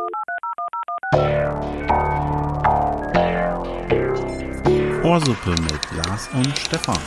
Ohrsuppe mit Lars und Stefan.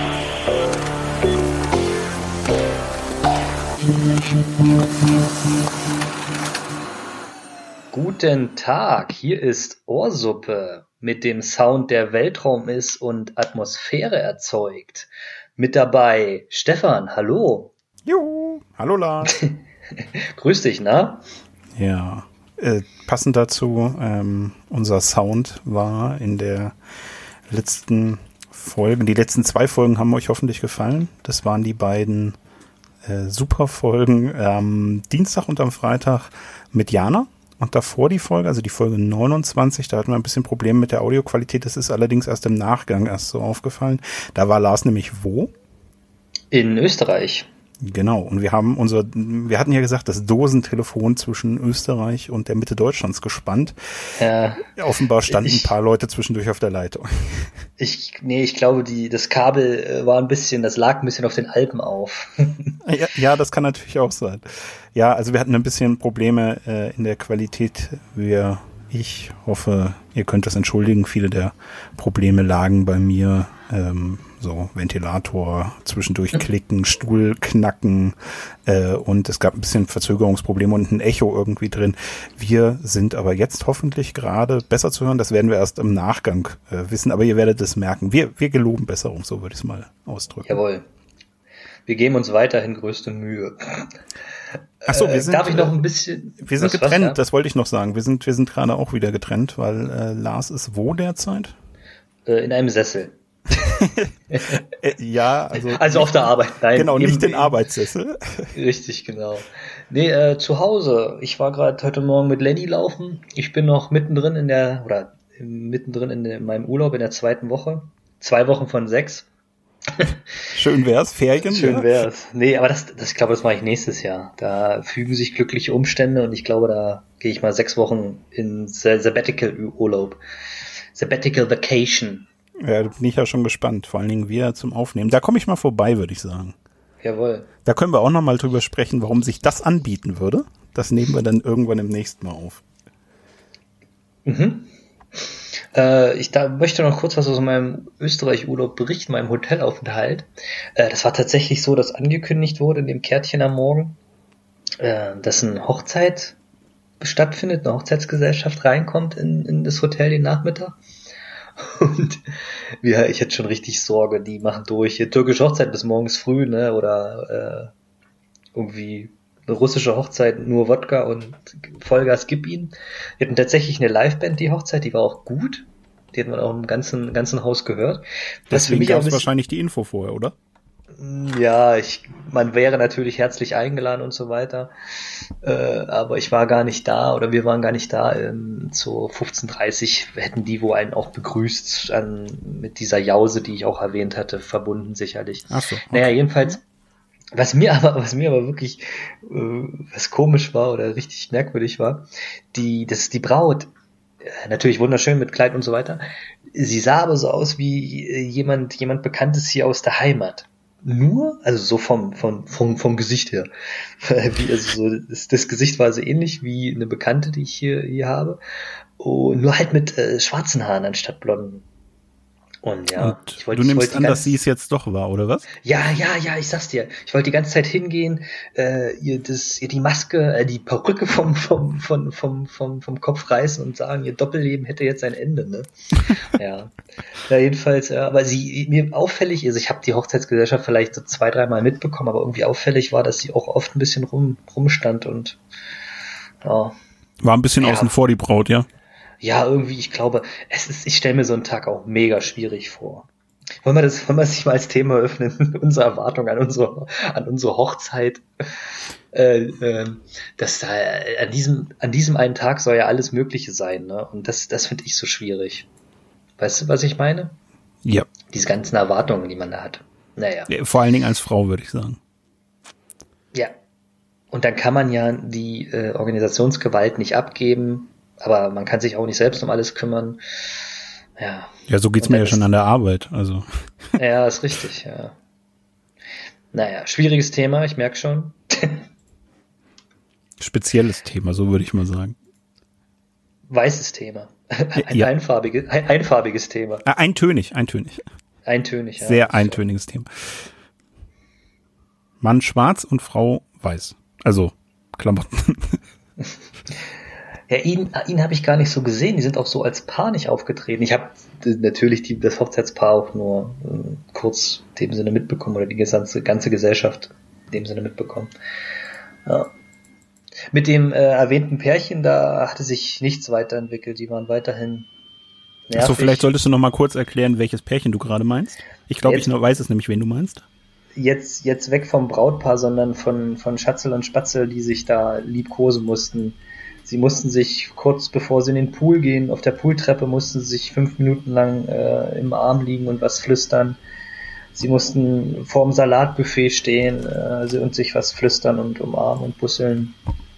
Guten Tag, hier ist Ohrsuppe mit dem Sound, der Weltraum ist und Atmosphäre erzeugt. Mit dabei Stefan, hallo. Juhu, hallo Lars. Grüß dich, na? Ja, passend dazu, unser Sound war in der letzten Folge, die letzten 2 Folgen haben euch hoffentlich gefallen. Das waren die beiden Superfolgen am Dienstag und am Freitag mit Jana. Und davor die Folge, also die Folge 29, da hatten wir ein bisschen Probleme mit der Audioqualität. Das ist allerdings erst im Nachgang erst so aufgefallen. Da war Lars nämlich wo? In Österreich. Genau, und wir hatten ja gesagt, das Dosentelefon zwischen Österreich und der Mitte Deutschlands gespannt. Ja, offenbar standen ein paar Leute zwischendurch auf der Leitung. Ich glaube, das Kabel das lag ein bisschen auf den Alpen auf. Ja, das kann natürlich auch sein. Ja, also wir hatten ein bisschen Probleme in der Qualität. Ich hoffe, ihr könnt das entschuldigen. Viele der Probleme lagen bei mir. So Ventilator, zwischendurch klicken, Stuhl knacken und es gab ein bisschen Verzögerungsprobleme und ein Echo irgendwie drin. Wir sind aber jetzt hoffentlich gerade besser zu hören. Das werden wir erst im Nachgang wissen, aber ihr werdet es merken. Wir geloben Besserung, so würde ich es mal ausdrücken. Jawohl. Wir geben uns weiterhin größte Mühe. Ach so, wir sind, darf ich noch ein bisschen... Wir sind getrennt, ja? Das wollte ich noch sagen. Wir sind gerade auch wieder getrennt, weil Lars ist wo derzeit? In einem Sessel. Ja, also auf der Arbeit. Nein, genau, nicht den Arbeitssessel. Richtig, genau. Nee, zu Hause. Ich war gerade heute Morgen mit Lenny laufen. Ich bin noch mittendrin in meinem Urlaub in der 2. Woche. 2 Wochen von 6. Schön wär's, Ferien. Schön wär's. Nee, aber ich glaube, das mache ich nächstes Jahr. Da fügen sich glückliche Umstände und ich glaube, da gehe ich mal 6 Wochen in Sabbatical-Urlaub. Sabbatical Vacation. Ja, da bin ich ja schon gespannt. Vor allen Dingen wir zum Aufnehmen. Da komme ich mal vorbei, würde ich sagen. Jawohl. Da können wir auch noch mal drüber sprechen, warum sich das anbieten würde. Das nehmen wir dann irgendwann im nächsten Mal auf. Mhm. Ich möchte noch kurz was aus meinem Österreich-Urlaub berichten, meinem Hotelaufenthalt. Das war tatsächlich so, dass angekündigt wurde in dem Kärtchen am Morgen, dass eine Hochzeit stattfindet, eine Hochzeitsgesellschaft reinkommt in das Hotel den Nachmittag. Und ich hätte schon richtig Sorge, die machen durch. Hier türkische Hochzeit bis morgens früh, ne? Oder irgendwie eine russische Hochzeit, nur Wodka und Vollgas gib ihn. Wir hatten tatsächlich eine Liveband, die Hochzeit, die war auch gut. Die hat man auch im ganzen Haus gehört. Deswegen gab es wahrscheinlich die Info vorher, oder? Ja, man wäre natürlich herzlich eingeladen und so weiter. Aber ich war gar nicht da oder wir waren gar nicht da. Zu 15:30 hätten die wohl einen auch begrüßt mit dieser Jause, die ich auch erwähnt hatte, verbunden sicherlich. Ach so, okay. Naja, jedenfalls, was mir aber wirklich was komisch war oder richtig merkwürdig war, die Braut, natürlich wunderschön mit Kleid und so weiter. Sie sah aber so aus wie jemand Bekanntes hier aus der Heimat. Nur, also so vom Gesicht her. Das Gesicht war so ähnlich wie eine Bekannte, die ich hier habe. Und nur halt mit schwarzen Haaren anstatt blonden. Und ja, du nimmst an, dass sie es jetzt doch war, oder was? Ja, ich sag's dir. Ich wollte die ganze Zeit hingehen, ihr die Maske, die Perücke vom Kopf reißen und sagen, ihr Doppelleben hätte jetzt ein Ende, ne? Ja, jedenfalls, aber mir auffällig ist, ich habe die Hochzeitsgesellschaft vielleicht so 2-3 Mal mitbekommen, aber irgendwie auffällig war, dass sie auch oft ein bisschen rumstand und ja. War ein bisschen außen vor, die Braut, ja? Ja, irgendwie, ich glaube, ich stelle mir so einen Tag auch mega schwierig vor. Wollen wir sich mal als Thema öffnen, unsere Erwartung an unsere Hochzeit, dass da an diesem einen Tag soll ja alles Mögliche sein, ne? Und das finde ich so schwierig. Weißt du, was ich meine? Ja. Diese ganzen Erwartungen, die man da hat. Naja. Ja, vor allen Dingen als Frau, würde ich sagen. Ja. Und dann kann man ja die Organisationsgewalt nicht abgeben, aber man kann sich auch nicht selbst um alles kümmern. Ja. Ja, so geht's mir ja schon an der Arbeit, also. Ja, ist richtig, ja. Naja, schwieriges Thema, ich merke schon. Spezielles Thema, so würde ich mal sagen. Weißes Thema. Ja. Einfarbiges Thema. Eintönig. Eintönig, ja. Sehr eintöniges Thema. Mann schwarz und Frau weiß. Also Klamotten. Ja, ihn habe ich gar nicht so gesehen. Die sind auch so als Paar nicht aufgetreten. Ich habe natürlich das Hochzeitspaar auch nur kurz in dem Sinne mitbekommen oder die ganze Gesellschaft in dem Sinne mitbekommen. Ja. Mit dem erwähnten Pärchen, da hatte sich nichts weiterentwickelt. Die waren weiterhin nervig. Achso, vielleicht solltest du noch mal kurz erklären, welches Pärchen du gerade meinst. Ich glaube, ich weiß es nämlich, wen du meinst. Jetzt weg vom Brautpaar, sondern von Schatzel und Spatzel, die sich da liebkosen mussten. Sie mussten sich kurz bevor sie in den Pool gehen, auf der Pooltreppe mussten sie sich 5 Minuten lang im Arm liegen und was flüstern. Sie mussten vorm Salatbuffet stehen und sich was flüstern und umarmen und busseln.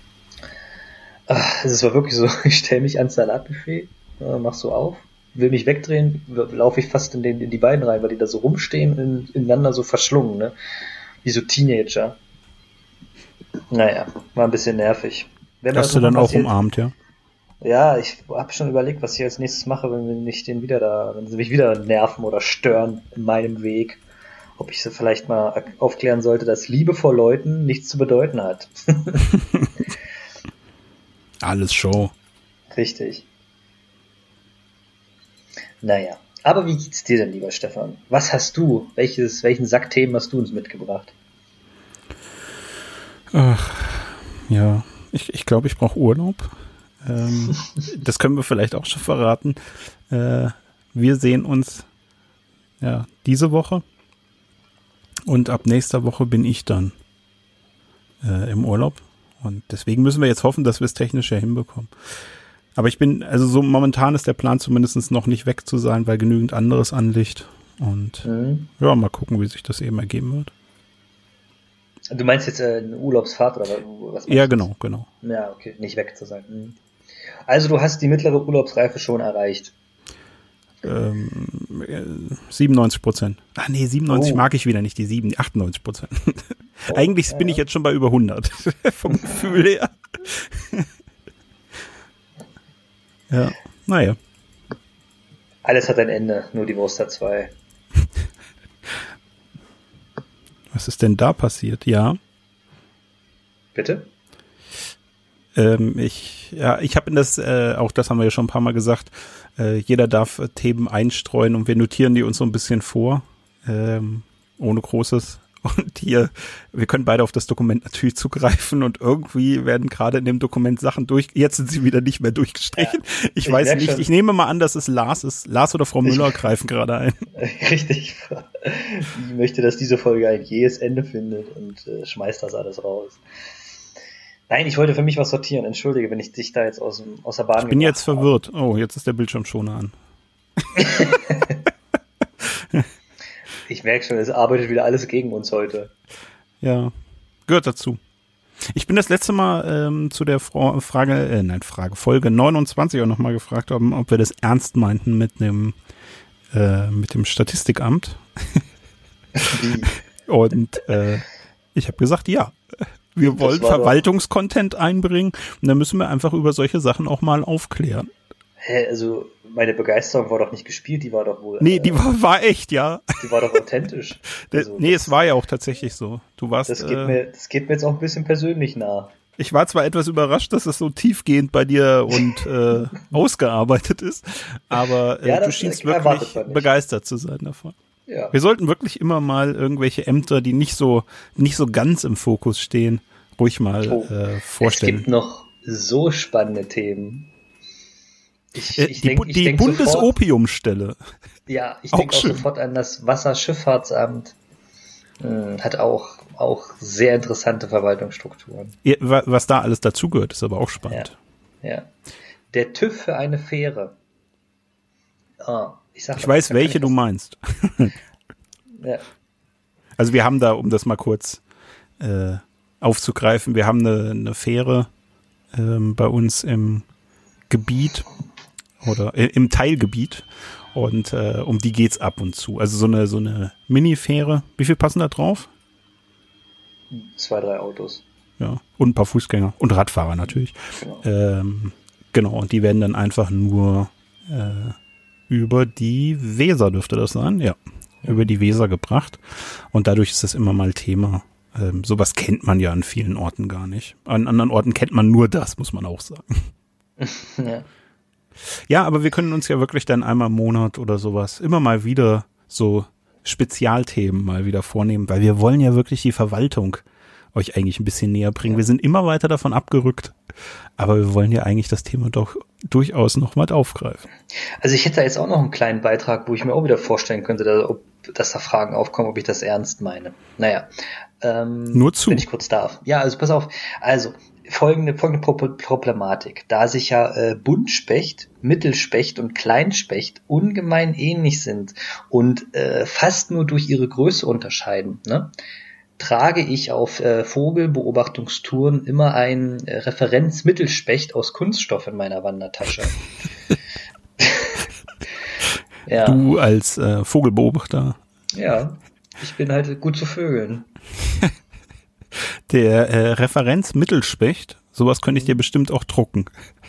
Es war wirklich so, ich stelle mich ans Salatbuffet, mach so auf, will mich wegdrehen, laufe ich fast in die beiden rein, weil die da so rumstehen und ineinander so verschlungen, ne? Wie so Teenager. Naja, war ein bisschen nervig. Hast du dann auch umarmt, ja? Ja, ich habe schon überlegt, was ich als nächstes mache, wenn sie mich wieder nerven oder stören in meinem Weg. Ob ich sie vielleicht mal aufklären sollte, dass Liebe vor Leuten nichts zu bedeuten hat. Alles Show. Richtig. Naja, aber wie geht's dir denn, lieber Stefan? Was hast du? Welchen Sack Themen hast du uns mitgebracht? Ach, ja, ich glaube, ich brauche Urlaub. Das können wir vielleicht auch schon verraten. Wir sehen uns ja diese Woche und ab nächster Woche bin ich dann im Urlaub. Und deswegen müssen wir jetzt hoffen, dass wir es technisch ja hinbekommen. Aber so momentan ist der Plan zumindest noch nicht weg zu sein, weil genügend anderes anliegt. Und ja, mal gucken, wie sich das eben ergeben wird. Du meinst jetzt eine Urlaubsfahrt oder was? Ja, genau. Ja, okay, nicht weg zu sein. Also du hast die mittlere Urlaubsreife schon erreicht. 97%. Ach nee, 97 mag ich wieder nicht, die 98%. Eigentlich bin ich jetzt schon bei über 100. Vom Gefühl her. Ja, naja. Alles hat ein Ende, nur die Wurst hat 2. Was ist denn da passiert? Ja. Bitte? Ich habe auch das haben wir ja schon ein paar Mal gesagt, jeder darf Themen einstreuen und wir notieren die uns so ein bisschen vor, ohne Großes. Und hier, wir können beide auf das Dokument natürlich zugreifen und irgendwie werden gerade in dem Dokument Sachen jetzt sind sie wieder nicht mehr durchgestrichen. Ja, ich weiß nicht, ich nehme mal an, dass es Lars ist. Lars oder Frau Müller greifen gerade ein. Richtig. Ich möchte, dass diese Folge ein jähes Ende findet und schmeißt das alles raus. Nein, ich wollte für mich was sortieren. Entschuldige, wenn ich dich da jetzt aus der Bahn Ich bin jetzt verwirrt. Oh, jetzt ist der Bildschirmschoner an. Ich merke schon, es arbeitet wieder alles gegen uns heute. Ja, gehört dazu. Ich bin das letzte Mal zu der Folge 29 auch nochmal gefragt haben, ob wir das ernst meinten mit dem Statistikamt. Und ich habe gesagt, ja. Wir wollen Verwaltungskontent einbringen und dann müssen wir einfach über solche Sachen auch mal aufklären. Also meine Begeisterung war doch nicht gespielt, die war doch wohl... Nee, die war echt, ja. Die war doch authentisch. Es war ja auch tatsächlich so. Du warst... Das geht mir jetzt auch ein bisschen persönlich nah. Ich war zwar etwas überrascht, dass es so tiefgehend bei dir und ausgearbeitet ist, aber du schienst wirklich begeistert zu sein davon. Ja. Wir sollten wirklich immer mal irgendwelche Ämter, die nicht so ganz im Fokus stehen, ruhig mal vorstellen. Es gibt noch so spannende Themen. Die Bundesopiumstelle. Ja, ich denke auch sofort an das Wasserschifffahrtsamt. Hat auch sehr interessante Verwaltungsstrukturen. Ja, was da alles dazugehört, ist aber auch spannend. Ja. Der TÜV für eine Fähre. Ich weiß, welche du meinst. Ja. Also wir haben da, um das mal kurz aufzugreifen, wir haben eine Fähre bei uns im Gebiet oder im Teilgebiet und um die geht's ab und zu. Also so eine Mini-Fähre. Wie viel passen da drauf? 2, 3 Autos. Ja, und ein paar Fußgänger und Radfahrer natürlich. Genau. Genau, und die werden dann einfach nur über die Weser, dürfte das sein? Ja, über die Weser gebracht. Und dadurch ist das immer mal Thema. Sowas kennt man ja an vielen Orten gar nicht. An anderen Orten kennt man nur das, muss man auch sagen. Ja. Ja, aber wir können uns ja wirklich dann einmal im Monat oder sowas immer mal wieder so Spezialthemen mal wieder vornehmen, weil wir wollen ja wirklich die Verwaltung euch eigentlich ein bisschen näher bringen. Wir sind immer weiter davon abgerückt, aber wir wollen ja eigentlich das Thema doch durchaus noch mal aufgreifen. Also ich hätte da jetzt auch noch einen kleinen Beitrag, wo ich mir auch wieder vorstellen könnte, dass da Fragen aufkommen, ob ich das ernst meine. Naja. Nur zu. Wenn ich kurz darf. Ja, also pass auf. Also, folgende Problematik. Da sich ja Buntspecht, Mittelspecht und Kleinspecht ungemein ähnlich sind und fast nur durch ihre Größe unterscheiden, ne, trage ich auf Vogelbeobachtungstouren immer ein Referenz-Mittelspecht aus Kunststoff in meiner Wandertasche. Ja. Du als Vogelbeobachter. Ja, ich bin halt gut zu Vögeln. Der Referenz-Mittelspecht, sowas könnte ich dir bestimmt auch drucken.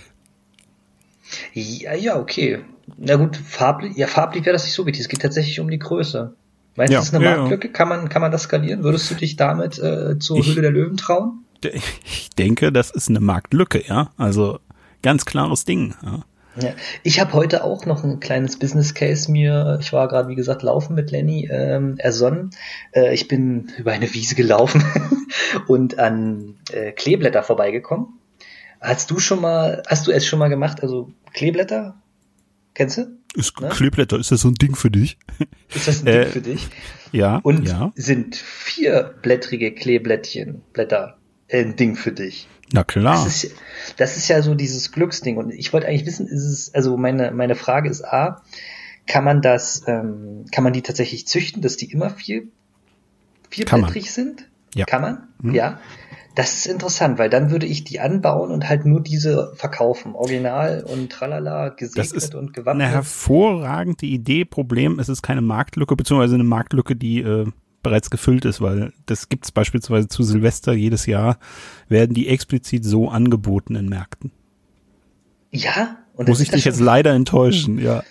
Ja, okay. Na gut, farblich wäre das nicht so wichtig. Es geht tatsächlich um die Größe. Meinst du, das ist eine Marktlücke? Ja. Kann man das skalieren? Würdest du dich damit zur Höhle der Löwen trauen? Ich denke, das ist eine Marktlücke, ja. Also ganz klares Ding, ja. Ja. Ich habe heute auch noch ein kleines Business Case ich war gerade, wie gesagt, laufen mit Lenny, ersonnen. Ich bin über eine Wiese gelaufen und an Kleeblätter vorbeigekommen. Hast du es schon mal gemacht? Also Kleeblätter? Kennst du? Ne? Kleeblätter, ist das so ein Ding für dich? Ist das ein Ding für dich? Ja. Und ja. Sind 4-blättrige Blätter ein Ding für dich? Na klar. Das ist ja so dieses Glücksding. Und ich wollte eigentlich wissen, also meine Frage ist A, kann man die tatsächlich züchten, dass die immer vierblättrig sind? Ja. Kann man? Mhm. Ja. Das ist interessant, weil dann würde ich die anbauen und halt nur diese verkaufen. Original und tralala, gesegnet und gewappnet. Eine hervorragende Idee. Problem, es ist keine Marktlücke, beziehungsweise eine Marktlücke, die bereits gefüllt ist, weil das gibt es beispielsweise zu Silvester jedes Jahr, werden die explizit so angeboten in Märkten. Ja? Und muss ich dich jetzt leider enttäuschen, ja.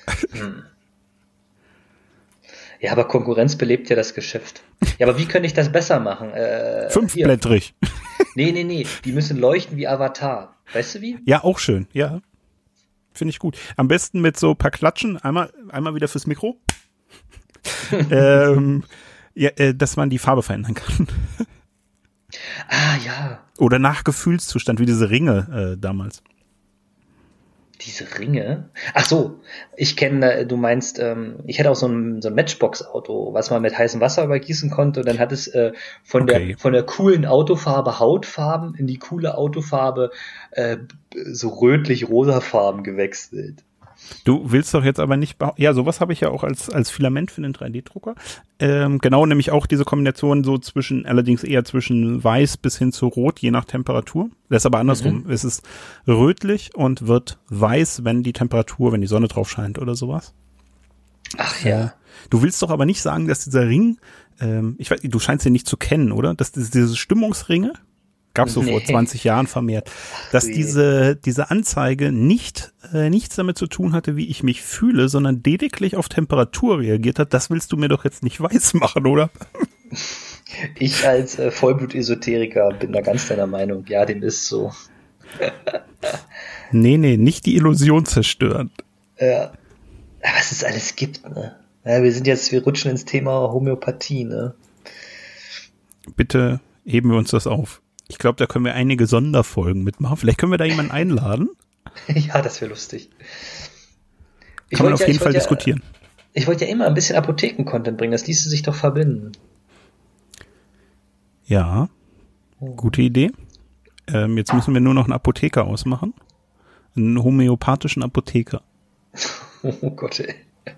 Ja, aber Konkurrenz belebt ja das Geschäft. Ja, aber wie könnte ich das besser machen? Fünfblättrig. Nee, die müssen leuchten wie Avatar. Weißt du wie? Ja, auch schön, ja. Finde ich gut. Am besten mit so ein paar Klatschen, einmal wieder fürs Mikro. Dass man die Farbe verändern kann. Ah, ja. Oder nach Gefühlszustand, wie diese Ringe damals. Diese Ringe? Ach so, ich kenne, du meinst, ich hätte auch so ein Matchbox-Auto, was man mit heißem Wasser übergießen konnte und dann hat es von der coolen Autofarbe Hautfarben in die coole Autofarbe so rötlich-rosa Farben gewechselt. Du willst doch jetzt aber nicht, ja, sowas habe ich ja auch als Filament für den 3D-Drucker. Genau, nämlich auch diese Kombination so allerdings eher zwischen weiß bis hin zu rot, je nach Temperatur. Das ist aber andersrum. Es ist rötlich und wird weiß, wenn die Sonne drauf scheint oder sowas. Ach ja. Du willst doch aber nicht sagen, dass dieser Ring, ich weiß, du scheinst ihn nicht zu kennen, oder? Dass diese Stimmungsringe, gab es so vor 20 Jahren vermehrt, dass diese Anzeige nichts damit zu tun hatte, wie ich mich fühle, sondern lediglich auf Temperatur reagiert hat. Das willst du mir doch jetzt nicht weiß machen, oder? Ich als Vollblut-Esoteriker bin da ganz deiner Meinung. Ja, dem ist so. Nee, nicht die Illusion zerstören. Ja. Was es alles gibt, ne? Ja, wir rutschen ins Thema Homöopathie, ne? Bitte heben wir uns das auf. Ich glaube, da können wir einige Sonderfolgen mitmachen. Vielleicht können wir da jemanden einladen. Ja, das wäre lustig. Kann man auf jeden Fall diskutieren. Ich wollte ja immer ein bisschen Apotheken-Content bringen. Das ließe sich doch verbinden. Ja, gute Idee. Jetzt müssen wir nur noch einen Apotheker ausmachen. Einen homöopathischen Apotheker. Oh Gott, ey.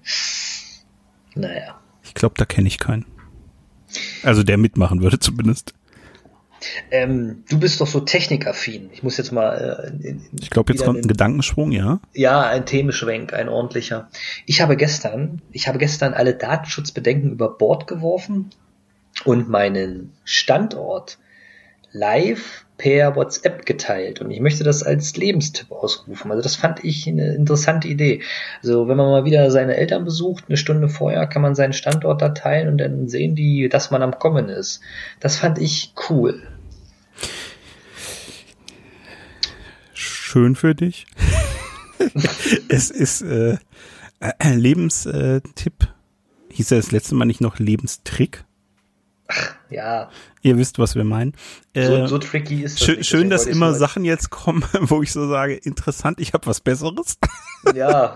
Naja. Ich glaube, da kenne ich keinen. Also der mitmachen würde zumindest. Du bist doch so technikaffin. Ich muss jetzt mal... ich glaube, jetzt kommt ein Gedankenschwung, ja? Ja, ein Themenschwenk, ein ordentlicher. Ich habe gestern alle Datenschutzbedenken über Bord geworfen und meinen Standort live per WhatsApp geteilt und ich möchte das als Lebenstipp ausrufen. Also das fand ich eine interessante Idee. Also wenn man mal wieder seine Eltern besucht, eine Stunde vorher kann man seinen Standort da teilen und dann sehen die, dass man am Kommen ist. Das fand ich cool. Schön für dich. Es ist Lebenstipp. Hieß ja das letzte Mal nicht noch Lebenstrick? Ach, ja. Ihr wisst, was wir meinen. So tricky ist das nicht. Schön, dass immer Sachen jetzt kommen, wo ich so sage, interessant, ich habe was Besseres. Ja.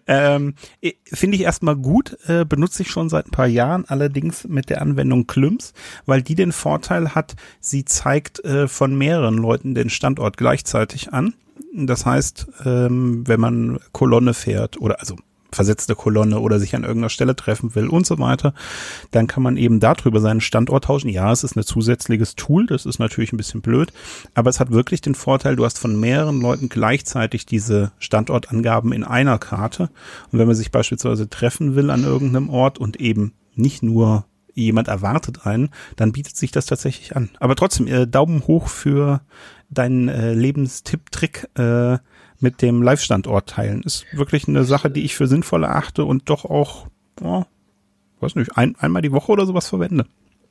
Finde ich erstmal gut, benutze ich schon seit ein paar Jahren, allerdings mit der Anwendung Clyms, weil die den Vorteil hat, sie zeigt von mehreren Leuten den Standort gleichzeitig an. Das heißt, wenn man Kolonne fährt oder also versetzte Kolonne oder sich an irgendeiner Stelle treffen will und so weiter, dann kann man eben darüber seinen Standort tauschen. Ja, es ist ein zusätzliches Tool, das ist natürlich ein bisschen blöd, aber es hat wirklich den Vorteil, du hast von mehreren Leuten gleichzeitig diese Standortangaben in einer Karte und wenn man sich beispielsweise treffen will an irgendeinem Ort und eben nicht nur jemand erwartet einen, dann bietet sich das tatsächlich an. Aber trotzdem, Daumen hoch für deinen Lebenstipp-Trick, mit dem Live-Standort teilen. Ist wirklich eine Sache, die ich für sinnvoll erachte und doch auch, weiß nicht, einmal die Woche oder sowas verwende.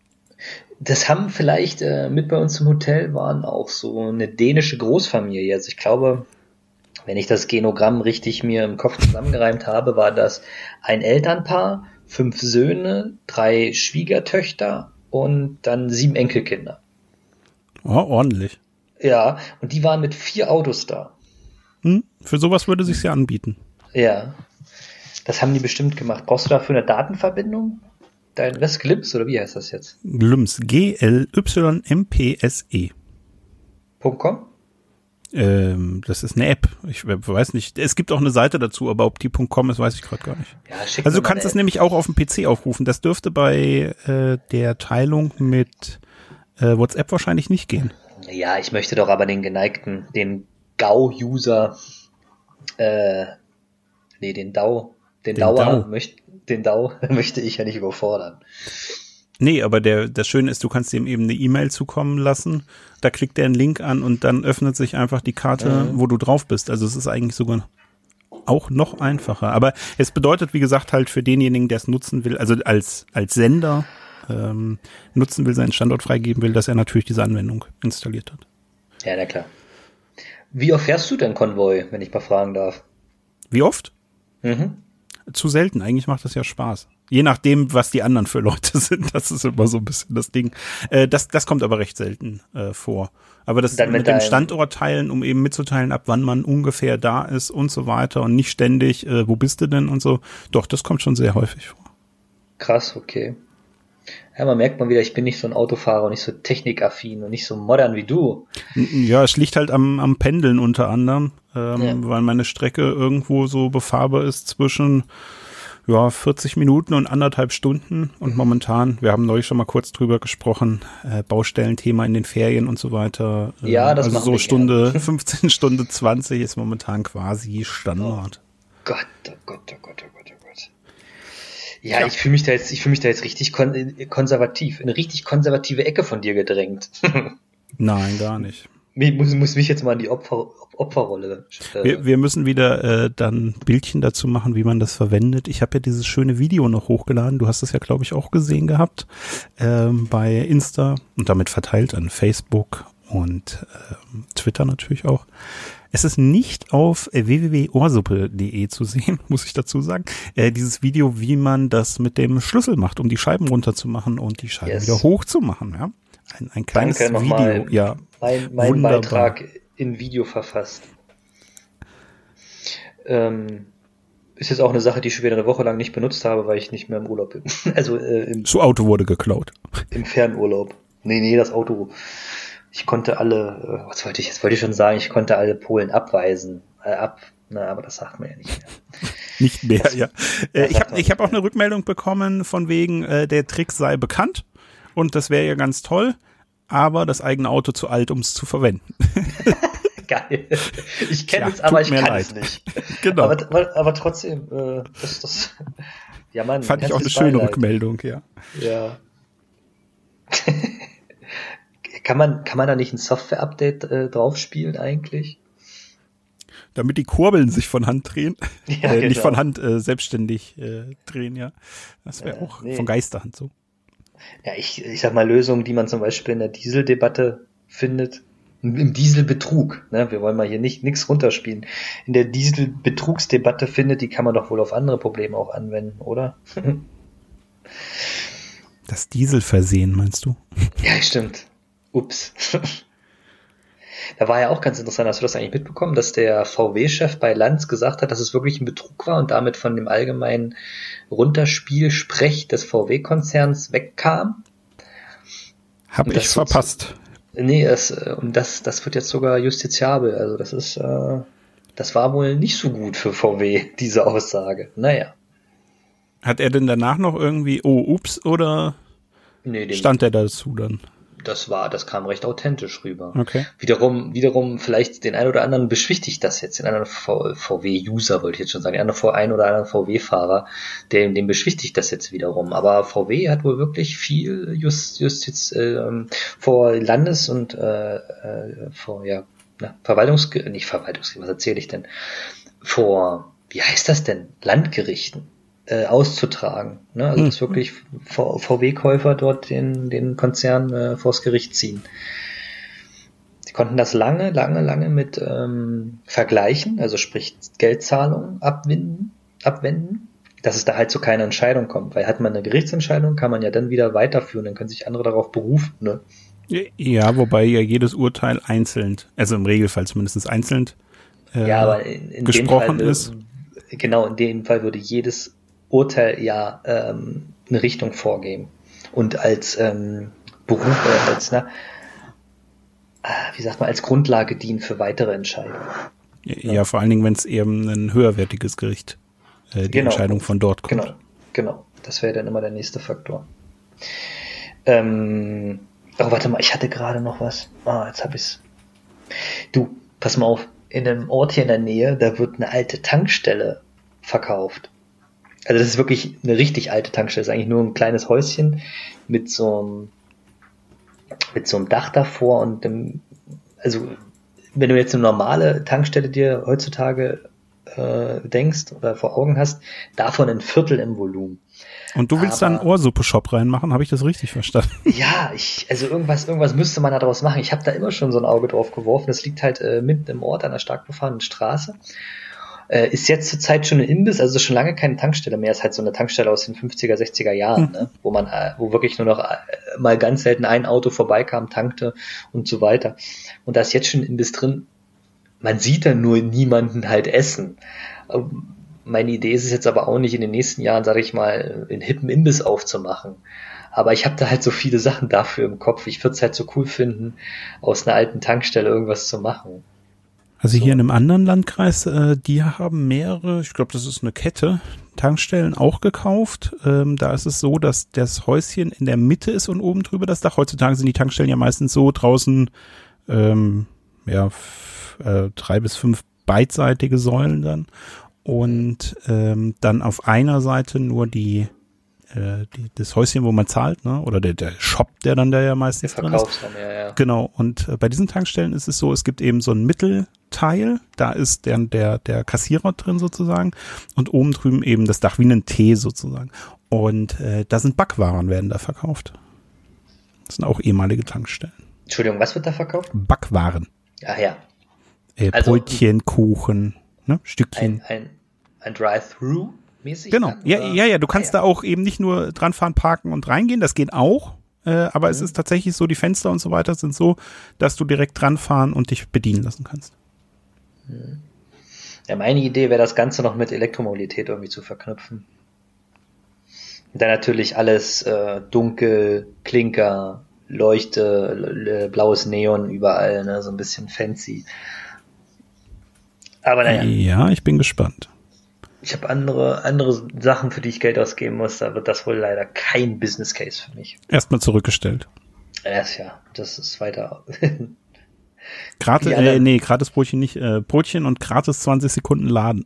Das haben vielleicht mit bei uns im Hotel waren auch so eine dänische Großfamilie. Also ich glaube, wenn ich das Genogramm richtig mir im Kopf zusammengereimt habe, war das ein Elternpaar, 5 Söhne, 3 Schwiegertöchter und dann 7 Enkelkinder. Oh, ordentlich. Ja, und die waren mit 4 Autos da. Für sowas würde sich's ja anbieten. Ja, das haben die bestimmt gemacht. Brauchst du dafür eine Datenverbindung? Was, Glimpse oder wie heißt das jetzt? Glimpse, G-L-Y-M-P-S-E. .com? Das ist eine App. Ich weiß nicht. Es gibt auch eine Seite dazu, aber ob die .com ist, weiß ich gerade gar nicht. Ja, also du kannst es nämlich auch auf dem PC aufrufen. Das dürfte bei der Teilung mit WhatsApp wahrscheinlich nicht gehen. Ja, ich möchte doch aber den GAU-User, den DAO möchte ich ja nicht überfordern. Nee, aber das Schöne ist, du kannst ihm eben eine E-Mail zukommen lassen, da klickt er einen Link an und dann öffnet sich einfach die Karte, wo du drauf bist. Also es ist eigentlich sogar auch noch einfacher. Aber es bedeutet, wie gesagt, halt für denjenigen, der es nutzen will, also als Sender nutzen will, seinen Standort freigeben will, dass er natürlich diese Anwendung installiert hat. Ja, na klar. Wie oft fährst du denn Konvoi, wenn ich mal fragen darf? Wie oft? Zu selten. Eigentlich macht das ja Spaß. Je nachdem, was die anderen für Leute sind. Das ist immer so ein bisschen das Ding. Das kommt aber recht selten vor. Aber das dann mit dem Standort teilen, um eben mitzuteilen, ab wann man ungefähr da ist und so weiter und nicht ständig, wo bist du denn und so. Doch, das kommt schon sehr häufig vor. Krass, okay. Ja, man merkt mal wieder, ich bin nicht so ein Autofahrer und nicht so technikaffin und nicht so modern wie du. Ja, es liegt halt am Pendeln unter anderem, weil meine Strecke irgendwo so befahrbar ist zwischen 40 Minuten und 1,5 Stunden und momentan, wir haben neulich schon mal kurz drüber gesprochen, Baustellenthema in den Ferien und so weiter. Ja, das also so Stunde 15, Stunde 20 ist momentan quasi Standard. Oh Gott, oh Gott, oh Gott, oh Gott, oh Gott. Ja, ich fühle mich da jetzt richtig konservativ, in eine richtig konservative Ecke von dir gedrängt. Nein, gar nicht. Ich muss mich jetzt mal in die Opferrolle. Wir müssen wieder dann Bildchen dazu machen, wie man das verwendet. Ich habe ja dieses schöne Video noch hochgeladen. Du hast es ja, glaube ich, auch gesehen gehabt bei Insta und damit verteilt an Facebook und Twitter natürlich auch. Es ist nicht auf www.ohrsuppe.de zu sehen, muss ich dazu sagen. Dieses Video, wie man das mit dem Schlüssel macht, um die Scheiben runterzumachen und die Scheiben wieder hochzumachen. Ja? Ein kleines Video. Ja, mein Beitrag in Video verfasst. Ist jetzt auch eine Sache, die ich schon wieder eine Woche lang nicht benutzt habe, weil ich nicht mehr im Urlaub bin. Also das Auto wurde geklaut. Im Fernurlaub. Nee, das Auto. Ich konnte alle, wollte ich schon sagen, ich konnte alle Polen abweisen. Aber das sagt man ja nicht mehr. Nicht mehr, ja. Ich hab auch eine Rückmeldung bekommen von wegen, der Trick sei bekannt und das wäre ja ganz toll, aber das eigene Auto zu alt, um es zu verwenden. Geil. Ich kenne es, aber ich kann es nicht. Genau. Aber trotzdem, das ja, Mann. Fand ich auch eine schöne Rückmeldung, ja. Ja. Kann man da nicht ein Software-Update drauf spielen eigentlich? Damit die Kurbeln sich von Hand drehen. Ja, genau. Nicht von Hand selbstständig drehen, ja. Das wäre auch von Geisterhand so. Ja, ich sag mal Lösungen, die man zum Beispiel in der Dieseldebatte findet. Im Dieselbetrug, ne? Wir wollen mal hier nichts runterspielen. In der Dieselbetrugsdebatte findet, die kann man doch wohl auf andere Probleme auch anwenden, oder? Das Dieselversehen, meinst du? Ja, stimmt. Ups. Da war ja auch ganz interessant, hast du das eigentlich mitbekommen, dass der VW-Chef bei Lanz gesagt hat, dass es wirklich ein Betrug war und damit von dem allgemeinen Runterspiel-Sprech des VW-Konzerns wegkam? Hab ich verpasst. Nee, das wird jetzt sogar justiziabel. Also das war wohl nicht so gut für VW, diese Aussage. Naja. Hat er denn danach noch irgendwie, ups, oder stand er dazu dann? Das kam recht authentisch rüber. Okay. Wiederum vielleicht den einen oder anderen beschwichtigt das jetzt, den anderen VW-User, wollte ich jetzt schon sagen, den einen oder anderen VW-Fahrer, dem beschwichtigt das jetzt wiederum. Aber VW hat wohl wirklich viel Justiz vor Landes- und was erzähle ich denn? Vor, wie heißt das denn? Landgerichten auszutragen. Ne? Also dass wirklich VW-Käufer dort den Konzern vors Gericht ziehen. Sie konnten das lange mit vergleichen, also sprich Geldzahlungen abwenden, dass es da halt zu keiner Entscheidung kommt. Weil hat man eine Gerichtsentscheidung, kann man ja dann wieder weiterführen, dann können sich andere darauf berufen. Ne? Ja, wobei ja jedes Urteil einzeln, also im Regelfall zumindest einzeln aber in gesprochen dem Fall, ist. Genau, in dem Fall würde jedes Urteil ja eine Richtung vorgeben und als Beruf als Grundlage dienen für weitere Entscheidungen. Ja, vor allen Dingen, wenn es eben ein höherwertiges Gericht die Entscheidung von dort kommt. Genau. Das wäre dann immer der nächste Faktor. Warte mal, ich hatte gerade noch was. Jetzt habe ich's. Du, pass mal auf, in einem Ort hier in der Nähe, da wird eine alte Tankstelle verkauft. Also das ist wirklich eine richtig alte Tankstelle. Das ist eigentlich nur ein kleines Häuschen mit so einem Dach davor und also wenn du jetzt eine normale Tankstelle dir heutzutage denkst oder vor Augen hast, davon ein Viertel im Volumen. Und du willst da einen Ohrsuppe-Shop reinmachen? Habe ich das richtig verstanden? Ja, irgendwas müsste man da draus machen. Ich habe da immer schon so ein Auge drauf geworfen. Das liegt halt mitten im Ort an einer stark befahrenen Straße. Ist jetzt zur Zeit schon ein Imbiss, also schon lange keine Tankstelle mehr, ist halt so eine Tankstelle aus den 50er, 60er Jahren, ne? Wo wirklich nur noch mal ganz selten ein Auto vorbeikam, tankte und so weiter. Und da ist jetzt schon ein Imbiss drin, man sieht da nur niemanden halt essen. Meine Idee ist es jetzt aber auch nicht in den nächsten Jahren, sage ich mal, einen hippen Imbiss aufzumachen. Aber ich habe da halt so viele Sachen dafür im Kopf. Ich würde es halt so cool finden, aus einer alten Tankstelle irgendwas zu machen. Also hier in einem anderen Landkreis, die haben mehrere, ich glaube, das ist eine Kette, Tankstellen auch gekauft. Da ist es so, dass das Häuschen in der Mitte ist und oben drüber das Dach. Heutzutage sind die Tankstellen ja meistens so draußen 3 bis 5 beidseitige Säulen dann. Und dann auf einer Seite nur das Häuschen, wo man zahlt, ne? Oder der Shop, der dann da ja meistens drin ist. Ja. Genau. Und bei diesen Tankstellen ist es so, es gibt eben so ein Mittelteil, da ist der Kassierer drin sozusagen und oben drüben eben das Dach wie ein T sozusagen. Und da sind Backwaren, werden da verkauft. Das sind auch ehemalige Tankstellen. Entschuldigung, was wird da verkauft? Backwaren. Ach ja. Also, Brötchen, Kuchen, ne? Stückchen. Ein Drive-Thru? Genau, dann, ja, du kannst da auch eben nicht nur dran fahren, parken und reingehen, das geht auch, aber es ist tatsächlich so, die Fenster und so weiter sind so, dass du direkt dran fahren und dich bedienen lassen kannst. Ja, meine Idee wäre, das Ganze noch mit Elektromobilität irgendwie zu verknüpfen. Und dann natürlich alles dunkel, Klinker, Leuchte, blaues Neon überall, ne, so ein bisschen fancy. Aber naja. Ja, ich bin gespannt. Ich habe andere Sachen, für die ich Geld ausgeben muss, da wird das wohl leider kein Business Case für mich. Erstmal zurückgestellt. Ja, das ist weiter. Gratis Brötchen nicht. Brötchen und gratis 20 Sekunden laden.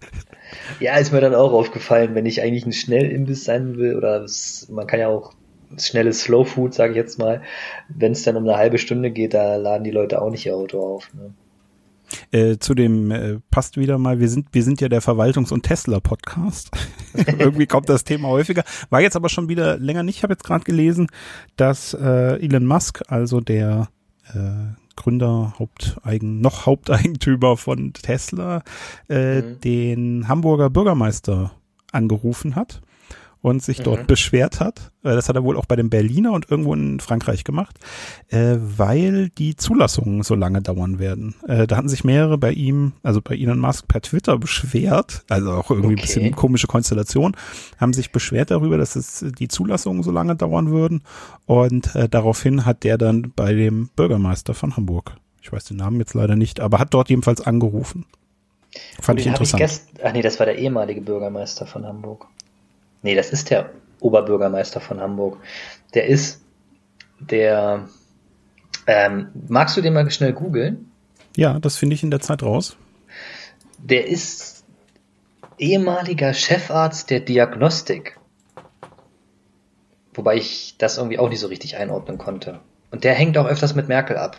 Ja, ist mir dann auch aufgefallen, wenn ich eigentlich ein Schnellimbiss sein will, oder man kann ja auch schnelles Slow Food, sage ich jetzt mal. Wenn es dann um eine halbe Stunde geht, da laden die Leute auch nicht ihr Auto auf. Ne? Zu dem passt wieder mal, wir sind ja der Verwaltungs- und Tesla-Podcast. Irgendwie kommt das Thema häufiger. War jetzt aber schon wieder länger nicht. Ich habe jetzt gerade gelesen, dass Elon Musk, also der Gründer, Haupteigentümer von Tesla, den Hamburger Bürgermeister angerufen hat und sich dort beschwert hat. Das hat er wohl auch bei dem Berliner und irgendwo in Frankreich gemacht, weil die Zulassungen so lange dauern werden. Da hatten sich mehrere bei ihm, also bei Elon Musk per Twitter beschwert, also auch irgendwie ein bisschen komische Konstellation, haben sich beschwert darüber, dass die Zulassungen so lange dauern würden und daraufhin hat der dann bei dem Bürgermeister von Hamburg, ich weiß den Namen jetzt leider nicht, aber hat dort jedenfalls angerufen. Fand ich interessant. Das war der ehemalige Bürgermeister von Hamburg. Nee, das ist der Oberbürgermeister von Hamburg. Magst du den mal schnell googeln? Ja, das finde ich in der Zeit raus. Der ist ehemaliger Chefarzt der Diagnostik. Wobei ich das irgendwie auch nicht so richtig einordnen konnte. Und der hängt auch öfters mit Merkel ab.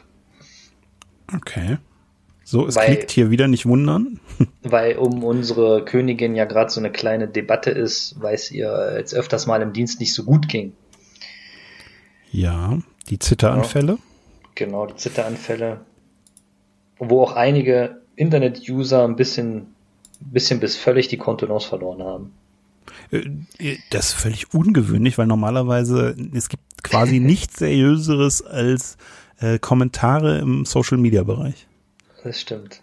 Okay. So, es klickt hier wieder, nicht wundern. Weil um unsere Königin ja gerade so eine kleine Debatte ist, weil es ihr jetzt öfters mal im Dienst nicht so gut ging. Ja, die Zitteranfälle. Genau, die Zitteranfälle. Wo auch einige Internet-User ein bisschen bis völlig die Kontenance verloren haben. Das ist völlig ungewöhnlich, weil normalerweise es gibt quasi nichts Seriöseres als Kommentare im Social-Media-Bereich. Das stimmt.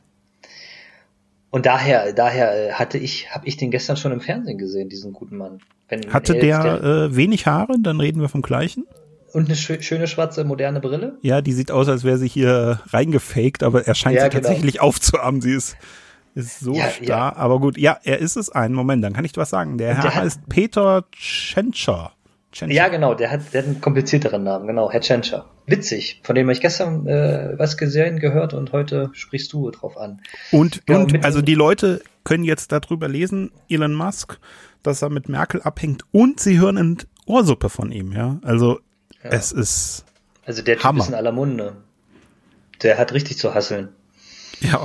Und daher habe ich den gestern schon im Fernsehen gesehen, diesen guten Mann. Hatte der wenig Haare? Dann reden wir vom gleichen. Und eine schöne schwarze moderne Brille? Ja, die sieht aus, als wäre sie hier reingefaked, aber er scheint sie tatsächlich aufzuhaben. Sie ist so starr. Ja. Aber gut, ja, er ist es. Einen Moment, dann kann ich was sagen. Der Herr heißt Peter Tschentscher. Ja, genau, der hat einen komplizierteren Namen, genau, Herr Tschentscher. Witzig, von dem habe ich gestern was gesehen, gehört und heute sprichst du drauf an. Und also die Leute können jetzt darüber lesen, Elon Musk, dass er mit Merkel abhängt und sie hören eine Ohrsuppe von ihm, ja. Also es ist Also der Typ Hammer. Ist in aller Munde. Der hat richtig zu hasseln. Ja.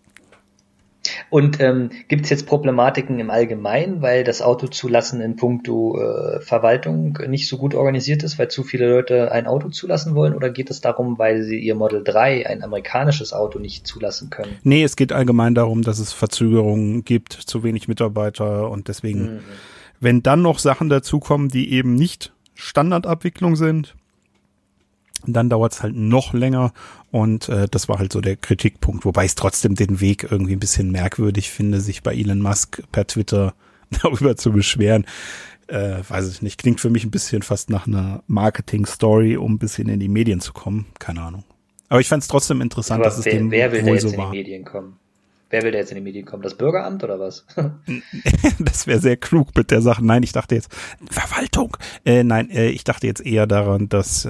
Und gibt es jetzt Problematiken im Allgemeinen, weil das Autozulassen in puncto Verwaltung nicht so gut organisiert ist, weil zu viele Leute ein Auto zulassen wollen? Oder geht es darum, weil sie ihr Model 3, ein amerikanisches Auto, nicht zulassen können? Nee, es geht allgemein darum, dass es Verzögerungen gibt, zu wenig Mitarbeiter und deswegen, wenn dann noch Sachen dazukommen, die eben nicht Standardabwicklung sind, dann dauert es halt noch länger und das war halt so der Kritikpunkt, wobei ich trotzdem den Weg irgendwie ein bisschen merkwürdig finde, sich bei Elon Musk per Twitter darüber zu beschweren. Weiß ich nicht, klingt für mich ein bisschen fast nach einer Marketing-Story, um ein bisschen in die Medien zu kommen, keine Ahnung. Aber ich fand es trotzdem interessant, dass es dem wer will wohl jetzt so in war. die Medien kommen? Wer will da jetzt in die Medien kommen? Das Bürgeramt oder was? Das wäre sehr klug mit der Sache. Nein, ich dachte jetzt, Verwaltung. Ich dachte jetzt eher daran, dass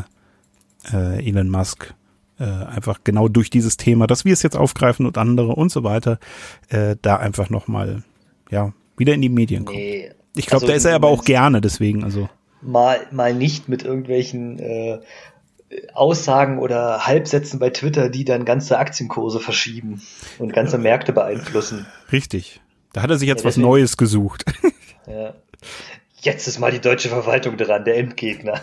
Elon Musk einfach genau durch dieses Thema, dass wir es jetzt aufgreifen und andere und so weiter, da einfach nochmal, wieder in die Medien kommt. Nee, ich glaube, da ist er aber auch gerne, deswegen, also. Mal nicht mit irgendwelchen Aussagen oder Halbsätzen bei Twitter, die dann ganze Aktienkurse verschieben und ganze Märkte beeinflussen. Richtig. Da hat er sich jetzt was Neues gesucht. Ja. Jetzt ist mal die deutsche Verwaltung dran, der Endgegner.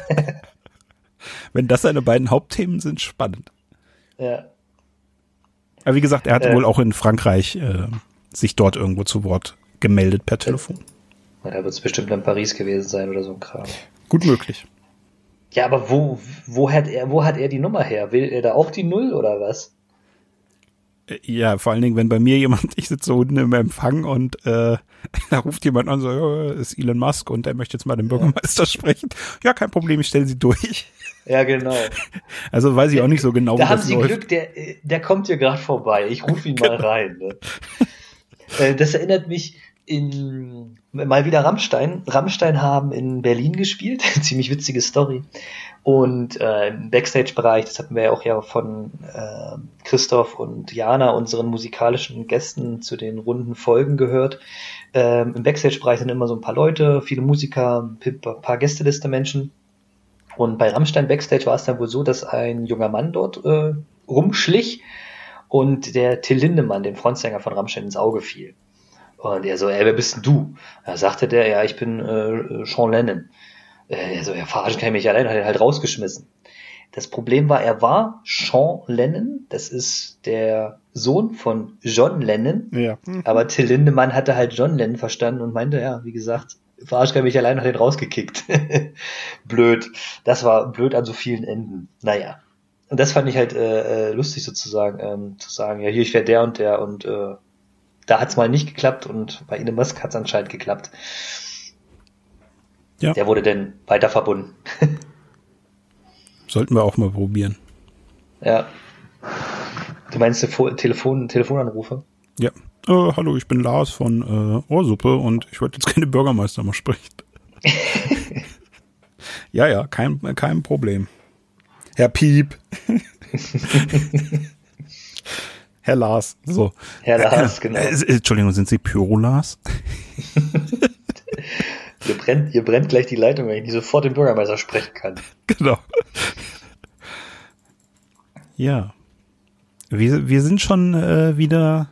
Wenn das seine beiden Hauptthemen sind, spannend. Ja. Aber wie gesagt, er hat wohl auch in Frankreich sich dort irgendwo zu Wort gemeldet per Telefon. Da wird es bestimmt in Paris gewesen sein oder so ein Kram. Gut möglich. Ja, aber wo hat er die Nummer her? Will er da auch die Null oder was? Ja, vor allen Dingen, wenn bei mir ich sitze so unten im Empfang und da ruft jemand an, so, ist Elon Musk und er möchte jetzt mal den Bürgermeister sprechen. Ja, kein Problem, ich stelle sie durch. Ja, genau. Also weiß ich auch nicht so genau, wie das läuft. Da haben Sie Glück, der kommt hier gerade vorbei. Ich rufe ihn mal rein. Ne? Das erinnert mich mal wieder Rammstein. Rammstein haben in Berlin gespielt. Ziemlich witzige Story. Und im Backstage-Bereich, das hatten wir ja auch von Christoph und Jana, unseren musikalischen Gästen, zu den runden Folgen gehört. Im Backstage-Bereich sind immer so ein paar Leute, viele Musiker, ein paar Gästeliste-Menschen. Und bei Rammstein Backstage war es dann wohl so, dass ein junger Mann dort rumschlich und der Till Lindemann, dem Frontsänger von Rammstein, ins Auge fiel. Und er so, wer bist denn du? Da sagte der, ja, ich bin Sean Lennon. Er so, ja, verarschen kann ich mich allein, hat ihn halt rausgeschmissen. Das Problem war, er war Sean Lennon, das ist der Sohn von John Lennon, Ja. aber Till Lindemann hatte halt John Lennon verstanden und meinte, ja, wie gesagt, verarschen kann ich mich allein, hat ihn rausgekickt. Blöd. Das war blöd an so vielen Enden. Naja. Und das fand ich halt lustig sozusagen, zu sagen, ja, hier, ich wäre der und da hat's mal nicht geklappt und bei Elon Musk hat's anscheinend geklappt. Ja. Der wurde dann weiter verbunden. Sollten wir auch mal probieren. Ja. Du meinst Telefonanrufe? Ja. Hallo, ich bin Lars von Ohrsuppe und ich wollte jetzt keine Bürgermeister mal sprechen. Ja, kein Problem. Herr Piep. Herr Lars. So. Herr Lars, genau. Entschuldigung, sind Sie Pyro-Lars? Hier brennt gleich die Leitung, wenn ich nicht sofort den Bürgermeister sprechen kann. Genau. Ja. Wir sind schon wieder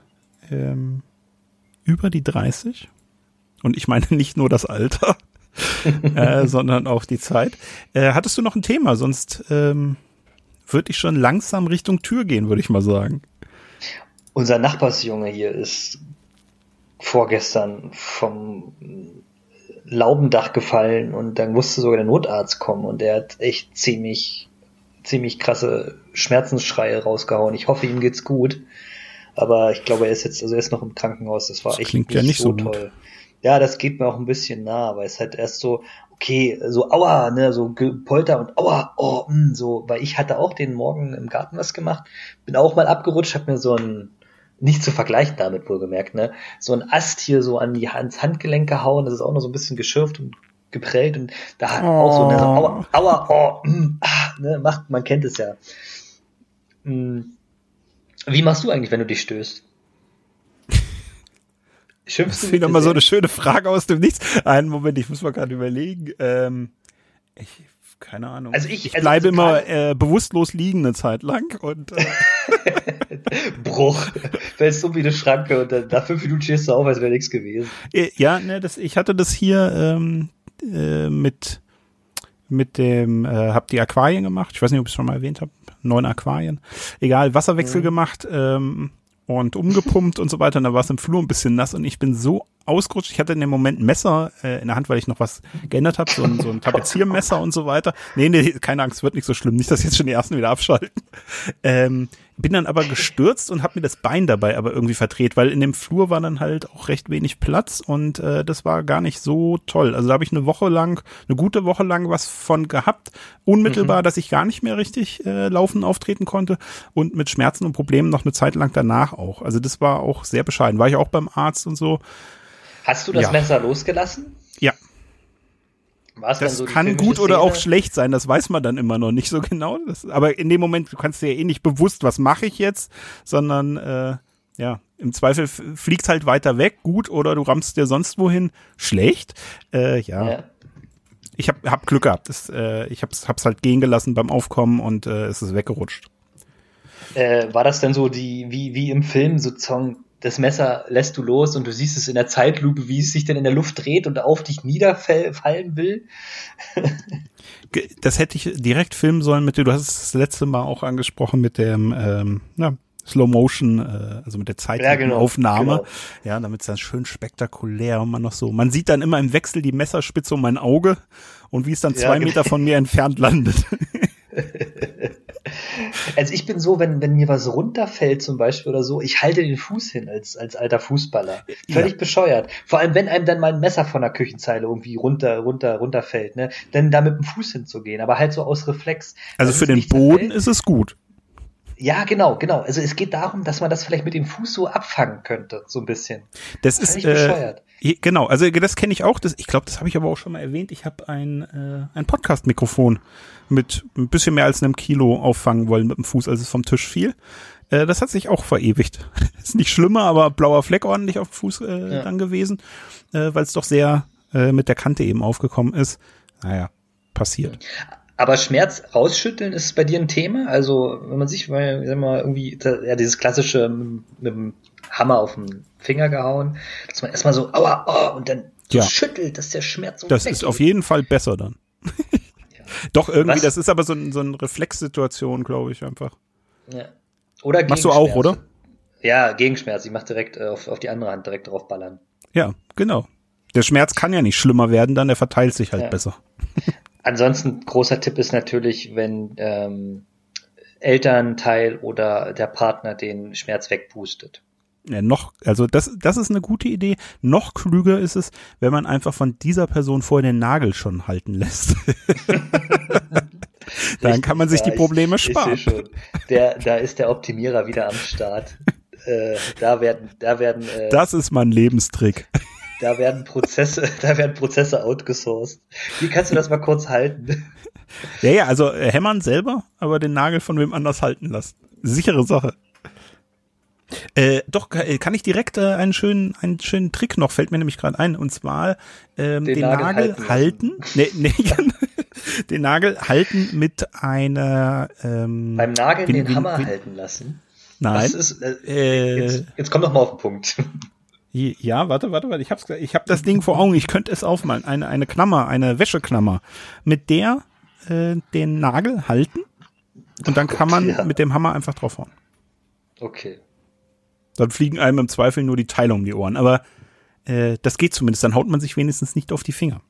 über die 30. Und ich meine nicht nur das Alter, sondern auch die Zeit. Hattest du noch ein Thema? Sonst würde ich schon langsam Richtung Tür gehen, würde ich mal sagen. Unser Nachbarsjunge hier ist vorgestern vom Laubendach gefallen und dann musste sogar der Notarzt kommen und der hat echt ziemlich krasse Schmerzensschreie rausgehauen. Ich hoffe, ihm geht's gut, aber ich glaube, er ist noch im Krankenhaus. Das war echt nicht so toll. Gut. Ja, das geht mir auch ein bisschen nah, weil es halt erst so, okay, so aua, ne, so Gepolter und aua, so, weil ich hatte auch den Morgen im Garten was gemacht, bin auch mal abgerutscht, hab mir so ein, nicht zu vergleichen damit wohlgemerkt, ne, so ein Ast hier so ans Handgelenk gehauen, das ist auch noch so ein bisschen geschürft und geprellt und da hat auch so, ne, so aua, ne, man kennt es ja. Wie machst du eigentlich, wenn du dich stößt? Schimpfst du? Das ist wieder mal so eine schöne Frage aus dem Nichts. Einen Moment, ich muss mal gerade überlegen. Keine Ahnung. Also ich bleibe immer bewusstlos liegen eine Zeit lang und Bruch. Fällst um wie eine Schranke und dann nach 5 Minuten stehst du auf, als wäre nichts gewesen. Ja, ne, ich hatte das hier mit dem, hab die Aquarien gemacht. Ich weiß nicht, ob ich es schon mal erwähnt habe. 9 Aquarien. Egal, Wasserwechsel gemacht und umgepumpt und so weiter. Und da war es im Flur ein bisschen nass und ich bin so ausgerutscht. Ich hatte in dem Moment ein Messer in der Hand, weil ich noch was geändert habe, so ein Tapeziermesser und so weiter. Nee, keine Angst, wird nicht so schlimm. Nicht, dass jetzt schon die ersten wieder abschalten. Bin dann aber gestürzt und habe mir das Bein dabei aber irgendwie verdreht, weil in dem Flur war dann halt auch recht wenig Platz und das war gar nicht so toll. Also da habe ich eine gute Woche lang was von gehabt, unmittelbar, dass ich gar nicht mehr richtig laufen, auftreten konnte und mit Schmerzen und Problemen noch eine Zeit lang danach auch. Also das war auch sehr bescheiden. War ich auch beim Arzt und so. Hast du das Messer losgelassen? Ja. War's das so kann gut Szene? Oder auch schlecht sein, das weiß man dann immer noch nicht so genau. Aber in dem Moment, du kannst dir ja eh nicht bewusst, was mache ich jetzt, sondern im Zweifel fliegt's halt weiter weg, gut, oder du rammst dir sonst wohin, schlecht. Ja. Ich hab Glück gehabt. Ich hab's halt gehen gelassen beim Aufkommen und es ist weggerutscht. War das denn so wie im Film sozusagen, das Messer lässt du los und du siehst es in der Zeitlupe, wie es sich denn in der Luft dreht und auf dich niederfallen will? Das hätte ich direkt filmen sollen du hast es das letzte Mal auch angesprochen mit dem Slow Motion, also mit der Zeitlupenaufnahme. Genau. Ja, damit es dann schön spektakulär und man sieht dann immer im Wechsel die Messerspitze um mein Auge und wie es dann 2 Meter von mir entfernt landet. Also ich bin so, wenn mir was runterfällt zum Beispiel oder so, ich halte den Fuß hin als alter Fußballer. Völlig bescheuert. Vor allem, wenn einem dann mal ein Messer von der Küchenzeile irgendwie runterfällt, ne, dann da mit dem Fuß hinzugehen, aber halt so aus Reflex. Also für den Boden ist es gut. Ja, genau. Also es geht darum, dass man das vielleicht mit dem Fuß so abfangen könnte, so ein bisschen. Das ist bescheuert. Genau, also das kenne ich auch. Ich glaube, das habe ich aber auch schon mal erwähnt. Ich habe ein Podcast-Mikrofon mit ein bisschen mehr als einem Kilo auffangen wollen mit dem Fuß, als es vom Tisch fiel. Das hat sich auch verewigt. Ist nicht schlimmer, aber blauer Fleck ordentlich auf dem Fuß dann gewesen, weil es doch sehr mit der Kante eben aufgekommen ist. Naja, passiert. Aber Schmerz rausschütteln ist bei dir ein Thema? Also, wenn man sich mal, sag mal, irgendwie, ja, dieses klassische mit dem Hammer auf den Finger gehauen, dass man erstmal so, aua, oh, und dann so schüttelt, dass der Schmerz so das weggeht. Ist auf jeden Fall besser dann. Ja. Doch, irgendwie, das ist aber so eine Reflexsituation, glaube ich, einfach. Ja. Oder machst du auch, oder? Ja, Gegenschmerz. Ich mach direkt auf die andere Hand direkt drauf ballern. Ja, genau. Der Schmerz kann ja nicht schlimmer werden, dann der verteilt sich halt besser. Ansonsten großer Tipp ist natürlich, wenn Elternteil oder der Partner den Schmerz wegpustet. Ja, also das ist eine gute Idee. Noch klüger ist es, wenn man einfach von dieser Person vorher den Nagel schon halten lässt. Dann kann man sich die Probleme sparen. Ich sehe schon. Da ist der Optimierer wieder am Start. Das ist mein Lebenstrick. Da werden Prozesse outgesourced. Wie kannst du das mal kurz halten? Ja, also hämmern selber, aber den Nagel von wem anders halten lassen. Sichere Sache. Doch, kann ich direkt einen schönen Trick noch, fällt mir nämlich gerade ein, und zwar den Nagel halten. Den Nagel halten mit einer beim Nageln den Hammer halten lassen? Nein. Jetzt komm doch mal auf den Punkt. Ja, warte. Ich hab das Ding vor Augen. Ich könnte es aufmalen. Eine Klammer, eine Wäscheklammer, mit der den Nagel halten und dann kann man mit dem Hammer einfach draufhauen. Okay. Dann fliegen einem im Zweifel nur die Teile um die Ohren. Aber das geht zumindest. Dann haut man sich wenigstens nicht auf die Finger.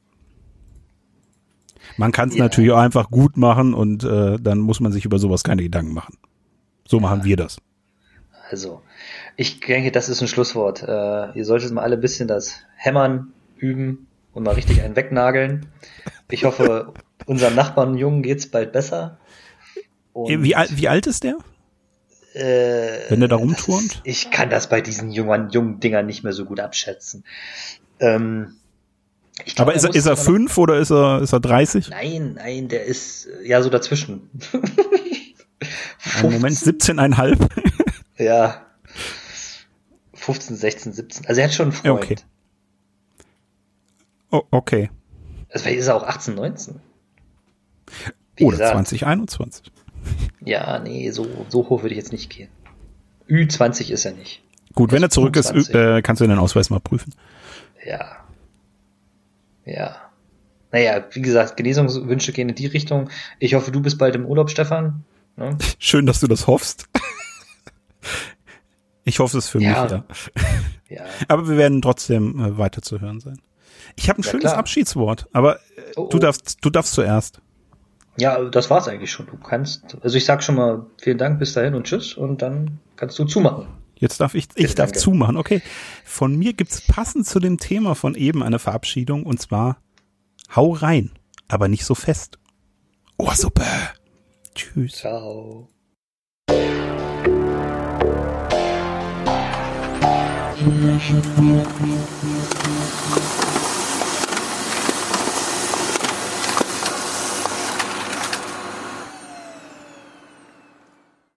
Man kann es natürlich auch einfach gut machen und dann muss man sich über sowas keine Gedanken machen. So machen wir das. Also, ich denke, das ist ein Schlusswort. Ihr solltet mal alle ein bisschen das Hämmern üben und mal richtig einen wegnageln. Ich hoffe, unserem Nachbarn Jungen geht's bald besser. Und wie alt ist der? Wenn der da rumturnt? Ich kann das bei diesen jungen Dingern nicht mehr so gut abschätzen. Aber ist er 5 oder ist er 30? Nein, der ist ja so dazwischen. Einen Moment, 17,5. Ja. 15, 16, 17. Also er hat schon einen Freund. Okay. Oh, okay. Also vielleicht ist er auch 18, 19. Oder 2021. Ja, nee, so hoch würde ich jetzt nicht gehen. Ü20 ist er nicht. Gut, wenn er zurück ist, kannst du den Ausweis mal prüfen. Ja. Naja, wie gesagt, Genesungswünsche gehen in die Richtung. Ich hoffe, du bist bald im Urlaub, Stefan. Ne? Schön, dass du das hoffst. Ich hoffe es für mich, ja. Aber wir werden trotzdem weiter zu hören sein. Ich habe ein schönes Abschiedswort, aber du darfst zuerst. Ja, das war's eigentlich schon. Du kannst, also ich sag schon mal vielen Dank, bis dahin und tschüss und dann kannst du zumachen. Jetzt darf ich darf zumachen, okay. Von mir gibt's passend zu dem Thema von eben eine Verabschiedung und zwar hau rein, aber nicht so fest. Ohrsuppe. Tschüss. Ciao. Thank you.